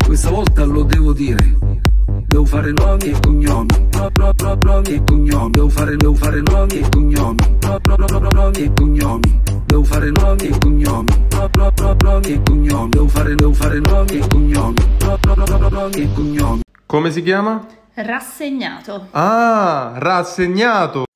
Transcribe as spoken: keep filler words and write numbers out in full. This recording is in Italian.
Questa volta lo devo dire. Devo fare nomi e cognomi. No, no, no, nomi e cognomi. Devo fare, devo fare nomi e cognomi. No, no, no, no, nomi e cognomi. Devo fare nomi e cognomi. No, no, no, nomi e cognomi. Devo fare, devo fare nomi e cognomi. No, no, no, no, nomi e cognomi. Come si chiama? Rassegnato. Ah, rassegnato.